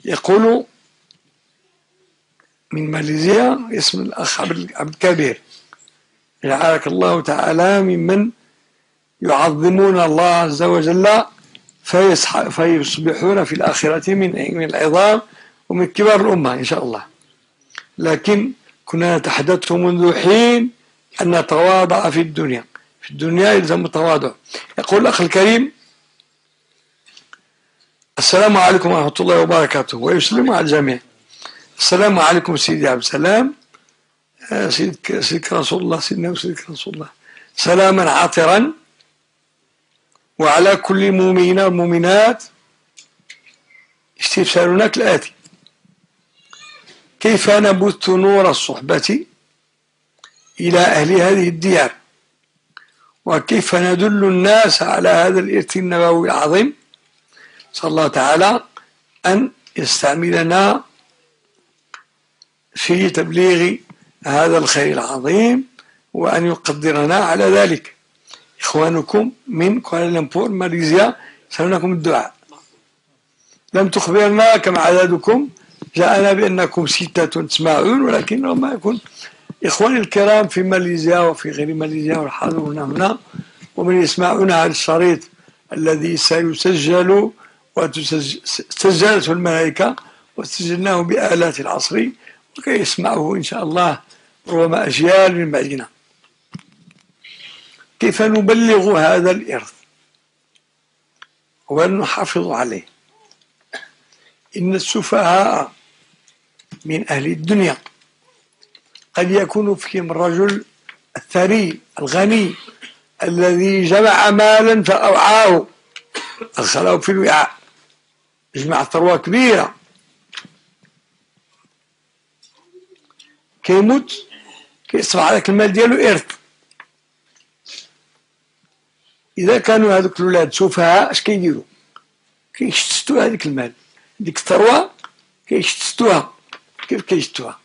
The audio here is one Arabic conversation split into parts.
يقول من ماليزيا اسم الأخ عبد الكبير، جعلك الله تعالى ممن يعظمون الله عز وجل فيصبحون في الآخرة من العظام ومن كبار الأمة إن شاء الله. لكن كنا نتحدث منذ حين أن نتواضع في الدنيا، في الدنيا يلزم التواضع. يقول الأخ الكريم: السلام عليكم ورحمة الله وبركاته، ويسلم على الجميع. السلام عليكم سيدي عبد السلام، سيدك رسول الله، سيدنا وسيدك رسول الله، سلاما عاطرا. وعلى كل مؤمنين والمؤمنات استفسارنا كالآتي: كيف نبث نور الصحبة إلى أهل هذه الديار؟ وكيف ندل الناس على هذا الإرث النبوي العظيم؟ نسأل الله تعالى أن يستعملنا في تبليغ هذا الخير العظيم وأن يقدرنا على ذلك. إخوانكم من كوالالمبور ماليزيا يسألونكم الدعاء. لم تخبرنا كم عددكم، جاءنا بأنكم 6 تسمعون، ولكن ربما يكون إخواني الكرام في ماليزيا وفي غير ماليزيا والحاضرون هنا ومن يسمعون على الشريط الذي سيسجل وسجلته الملائكة وسجلناه بآلات العصر وكي يسمعه إن شاء الله ربما أجيال من بعدنا. كيف نبلغ هذا الإرث ونحافظ عليه؟ إن السفهاء من أهل الدنيا قد يكون فيهم الرجل الثري الغني الذي جمع مالا فأوعاه، أدخله في الوعاء، جمع ثروة كبيرة، كيموت كيصبح هذاك المال ديالو إرث. إذا كانوا هذوك الولاد سفهاء اش كيديروا؟ كيشتتوا هذيك المال، ديك الثروة كيشتتوها. كيف كيشتتوها؟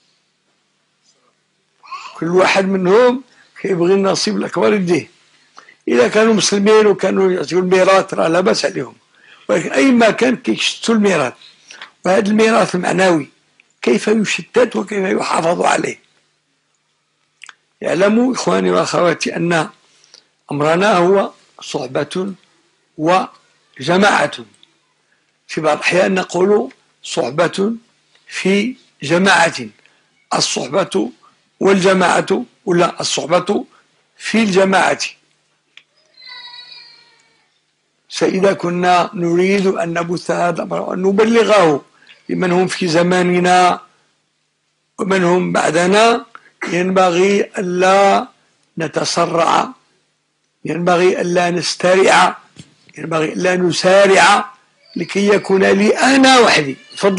كل واحد منهم كيبغي النصيب الأكبر يديه. إذا كانوا مسلمين وكانوا يعطيو الميراث راه لا بأس عليهم، ولكن أي ما كان كيشتتوا الميراث. وهذا الميراث المعنوي كيف يشتت وكيف يحافظ عليه؟ اعلموا إخواني وأخواتي أن أمرنا هو صحبة وجماعة. في بعض الأحيان نقول صحبة في جماعة، الصحبة والجماعة، ولا الصحبة في الجماعة. فإذا كنا نريد أن نبث هذا الأمر وأن نبلغه لمن هم في زماننا ومن هم بعدنا، ينبغي ألا نتسرع، ينبغي ألا نسترع، ينبغي ألا نسارع لكي يكون لي أنا وحدي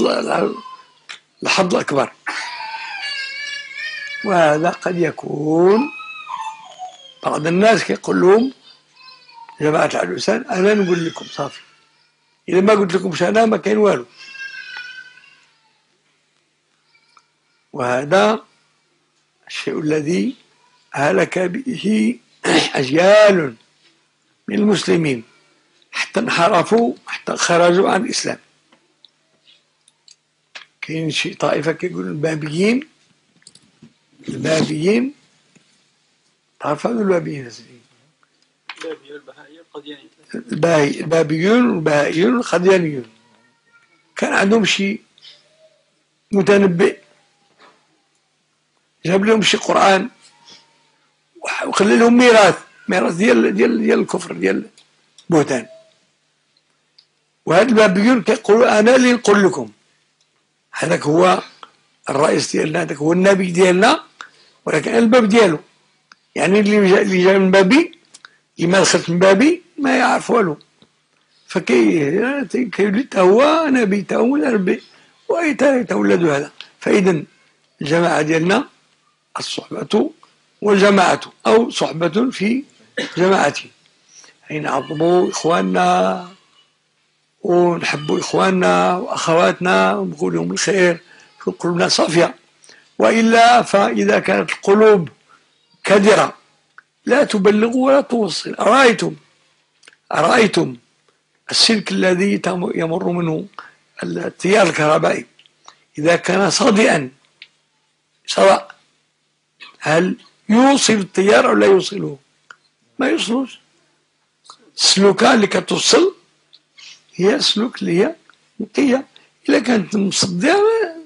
الحظ الأكبر. وهذا قد يكون بعض الناس كيقول لهم جماعة العرسان أنا نقول لكم صافي، إذا ما قلت لكمش أنا ما كاين والو. وهذا الشيء الذي هلك به أجيال من المسلمين حتى انحرفوا، حتى خرجوا عن الإسلام. كاين شي طائفة كيقولوا البابيين، البابيين تعرفوا البابيين؟ البابيون والبهائيون والقديانيون كان عندهم شي متنبئ جاب لهم شي قرآن وخلى لهم ميراث ديال الكفر، ديال البهتان. وهاد البابيون كيقولوا أنا اللي نقول لكم، هذاك هو الرئيس ديالنا، هذاك هو النبي ديالنا، ولكن الباب ديالو. يعني اللي جا من بابي، اللي ما دخلت من بابي ما يعرف والو، كيولي تا هو نبي، تا هو ربي، ويتولد هذا. فإذا الجماعة ديالنا الصحبة والجماعة، أو صحبة في جماعة، حين نعظموا إخواننا ونحبوا إخواننا وأخواتنا ونقول لهم الخير في قلوبنا صافية. وإلا فإذا كانت القلوب كدرة لا تبلغ ولا توصل. أرأيتم السلك الذي يمر منه التيار الكهربائي إذا كان صادئا سواء هل يوصل التيار أو لا يوصله؟ ما يوصلوش. السلوكة اللي كتوصل هي السلوك اللي هي نقية. إذا كانت مصدية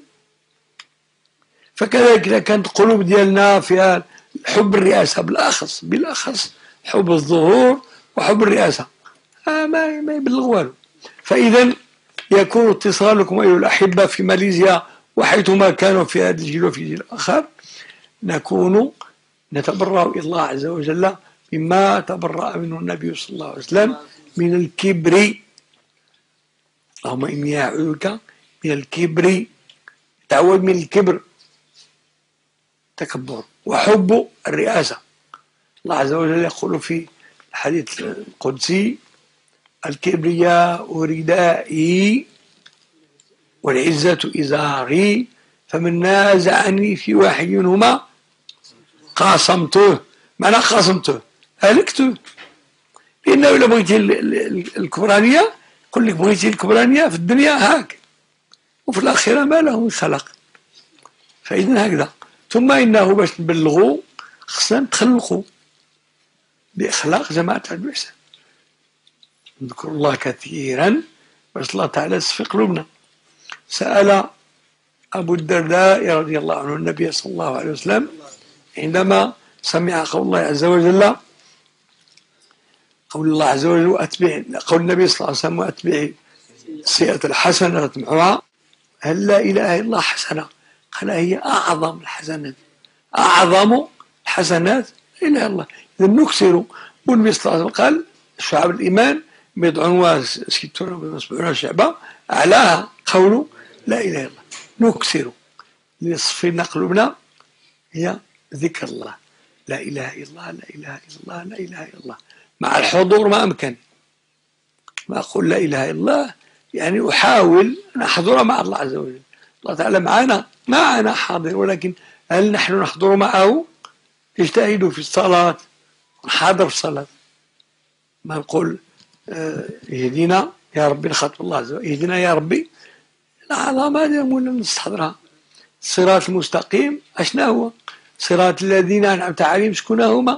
فكذلك إذا كانت القلوب ديالنا فيها حب الرئاسة بالأخص حب الظهور وحب الرئاسة ما يبلغ والو. فإذا يكون اتصالكم أيها الأحبة في ماليزيا وحيثما كانوا في هذا الجيل وفي الجيل الآخر نكون نتبرأ إلى الله عز وجل مما تبرأ منه النبي صلى الله عليه وسلم من الكبر. اللهم إني أعوذ بك من الكبر. تعوذ من الكبر تكبر وحب الرئاسة. الله عز وجل يقول في الحديث القدسي الكبرياء ردائي والعزة إزاري فمن نازعني في واحد منهما قاسمته. معنى قاسمته هلكته. لأنه لو بغيتي الكبرانية يقول لك بغيتي الكبرانية في الدنيا هاك وفي الآخرة ما له من خلق. فإذا هكذا. ثم إنه باش نبلغوا خصنا نتخلقوا بإخلاق جماعة الإحسان. نذكر الله كثيرا باش الله تعالى يصفي قلوبنا. سأل أبو الدرداء رضي الله عنه النبي صلى الله عليه وسلم عندما سمع قول الله عز وجل قول الله عز وجل قول النبي صلى الله عليه وسلم وأتبع السيئة الحسنة تمحوها هل لا إله إلا الله حسنة. قال هي أعظم الحسنات. أعظم الحسنات لا إله إلا الله. إذا نكسر. والنبي صلى الله عليه وسلم قال شعب الإيمان بضع وستون وسبعون شعبة أعلاها قول لا إله إلا الله. نكسر ليصفينا قلوبنا هي ذكر الله لا إله إلا الله لا إله إلا الله لا إله إلا الله مع الحضور ما أمكن. ما أقول لا إله إلا الله يعني أحاول أن أحضر مع الله عز وجل. الله تعالى معنا حاضر ولكن هل نحن نحضر معه؟ نجتهد في الصلاة نحاضر في الصلاة ما نقول يهدينا يا ربي نخاطب الله عز وجل يهدينا يا ربي العظام هذه ولا نستحضرها. الصراط المستقيم أشنا هو صراط الذين أنعمت عليهم شكون هما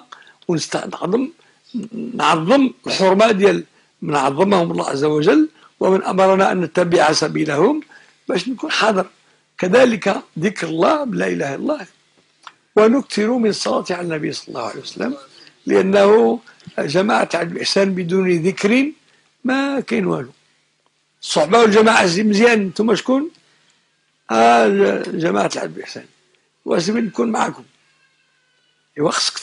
نعظم الحرمة ديال من عظمهم الله عز وجل ومن أمرنا أن نتبع سبيلهم باش نكون حاضر. كذلك ذكر الله لا إله إلا الله ونكثر من الصلاة على النبي صلى الله عليه وسلم لأنه جماعة الإحسان بدون ذكر ما كاين والو. الصحبة والجماعة مزيان انتم شكون؟ جماعة الإحسان واجب نكون معكم. ايوا خصك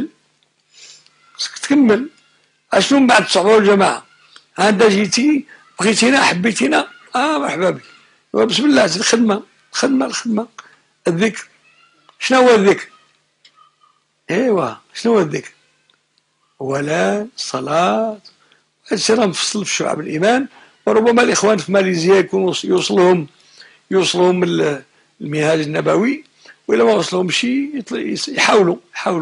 تكمل اشنو من بعد الصحبة والجماعة. انت جيتي بغيتينا حبيتينا مرحبا بك بسم الله الخدمة الذكر. شنو هو الذكر؟ ايوا شنو هو الذكر؟ ولا الصلاة هادشي راه مفصل في شعب الإيمان. وربما الإخوان في ماليزيا يكونوا يوصلهم المنهاج النبوي وإلا ما وصلهمش يحاولوا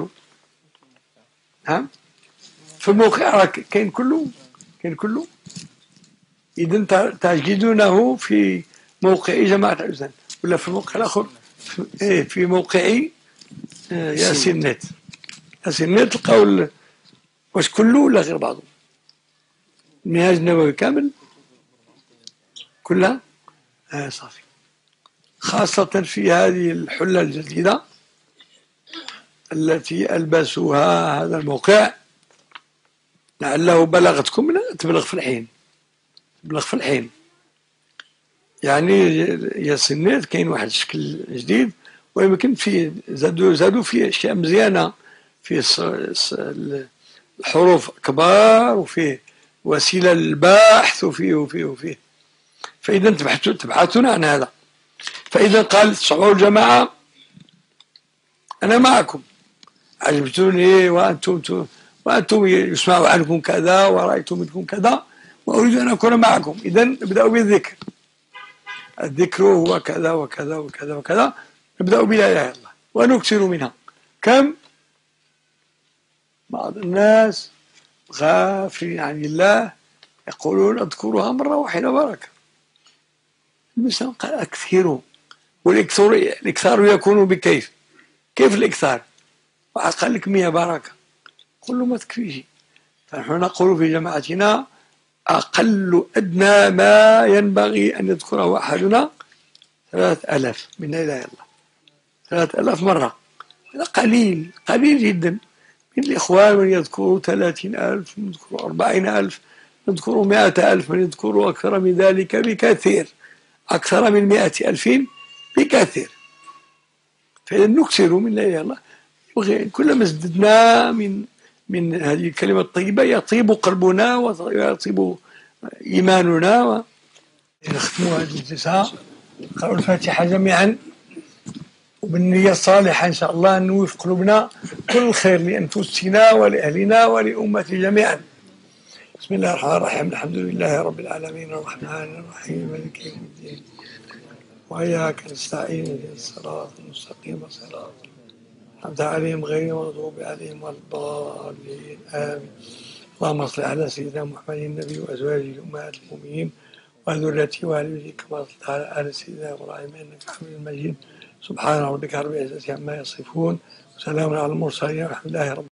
نعم. في الموقع راه كاين كله. إذا تجدونه في موقع جماعة الإحسان ولا في الموقع الآخر في موقع ياسين نت تلقاو واش كله ولا غير بعضه. المنهاج النبوي كامل كلها صافي. خاصة في هذه الحلة الجديدة التي ألبسوها هذا الموقع لعله بلغتكم تبلغ في الحين يعني يا سنيت كاين واحد الشكل جديد ويمكن فيه زادوا فيه أشياء مزيانة فيه الحروف كبار وفيه وسيلة للبحث وفيه فإذا تبحثون عن هذا. فإذا قال الصحبة والجماعة أنا معكم عجبتوني وأنتم يسمع عنكم كذا ورأيتم منكم كذا وأريد أن أكون معكم. إذا ابدأوا بالذكر. الذكر هو كذا وكذا وكذا وكذا. نبدأ بلا إله إلا الله ونكثر منها. كم بعض الناس غافلين عن الله يقولون اذكرها مرة واحدة بركة. المسلم قال أكثروا، والإكثار يكون بكيف؟ كيف الإكثار؟ واحد قال لك 100 بركة، قل له ما تكفيش. فنحن نقول في جماعتنا أقل أدنى ما ينبغي أن يذكره أحدنا 3000 من لا إله إلا الله، 3000 مرة. هذا قليل جدا. من الإخوان من يذكروا 30,000، من يذكروا 40,000، من يذكروا 100,000، من يذكروا أكثر من ذلك بكثير، أكثر من 100,000 بكثير. فإذا نكثر من لا إله إلا الله، كلما ازددنا من هذه الكلمة الطيبة يطيب قلبنا ويطيب إيماننا. نختم هذه الجلسة، نقرأ الفاتحة جميعا، وبالنية الصالحة إن شاء الله أن نوفق قلوبنا كل الخير لأنفسنا ولأهلنا ولأمة جميعا. بسم الله الرحمن الرحيم، الحمد لله رب العالمين الرحمن الرحيم مالك يوم الدين وإياك نستعين اهدنا الصراط المستقيم صراط الأنعمت عليهم غير المغضوب عليهم ولا الضالين آمين. اللهم صل على سيدنا محمد النبي وأزواجه أمهات المؤمنين وذريته وآل بيته كما صليت على آل سيدنا إبراهيم إنك حميد مجيد. سبحان ربك رب العزة عما يصفون وسلام على المرسلين والحمد لله رب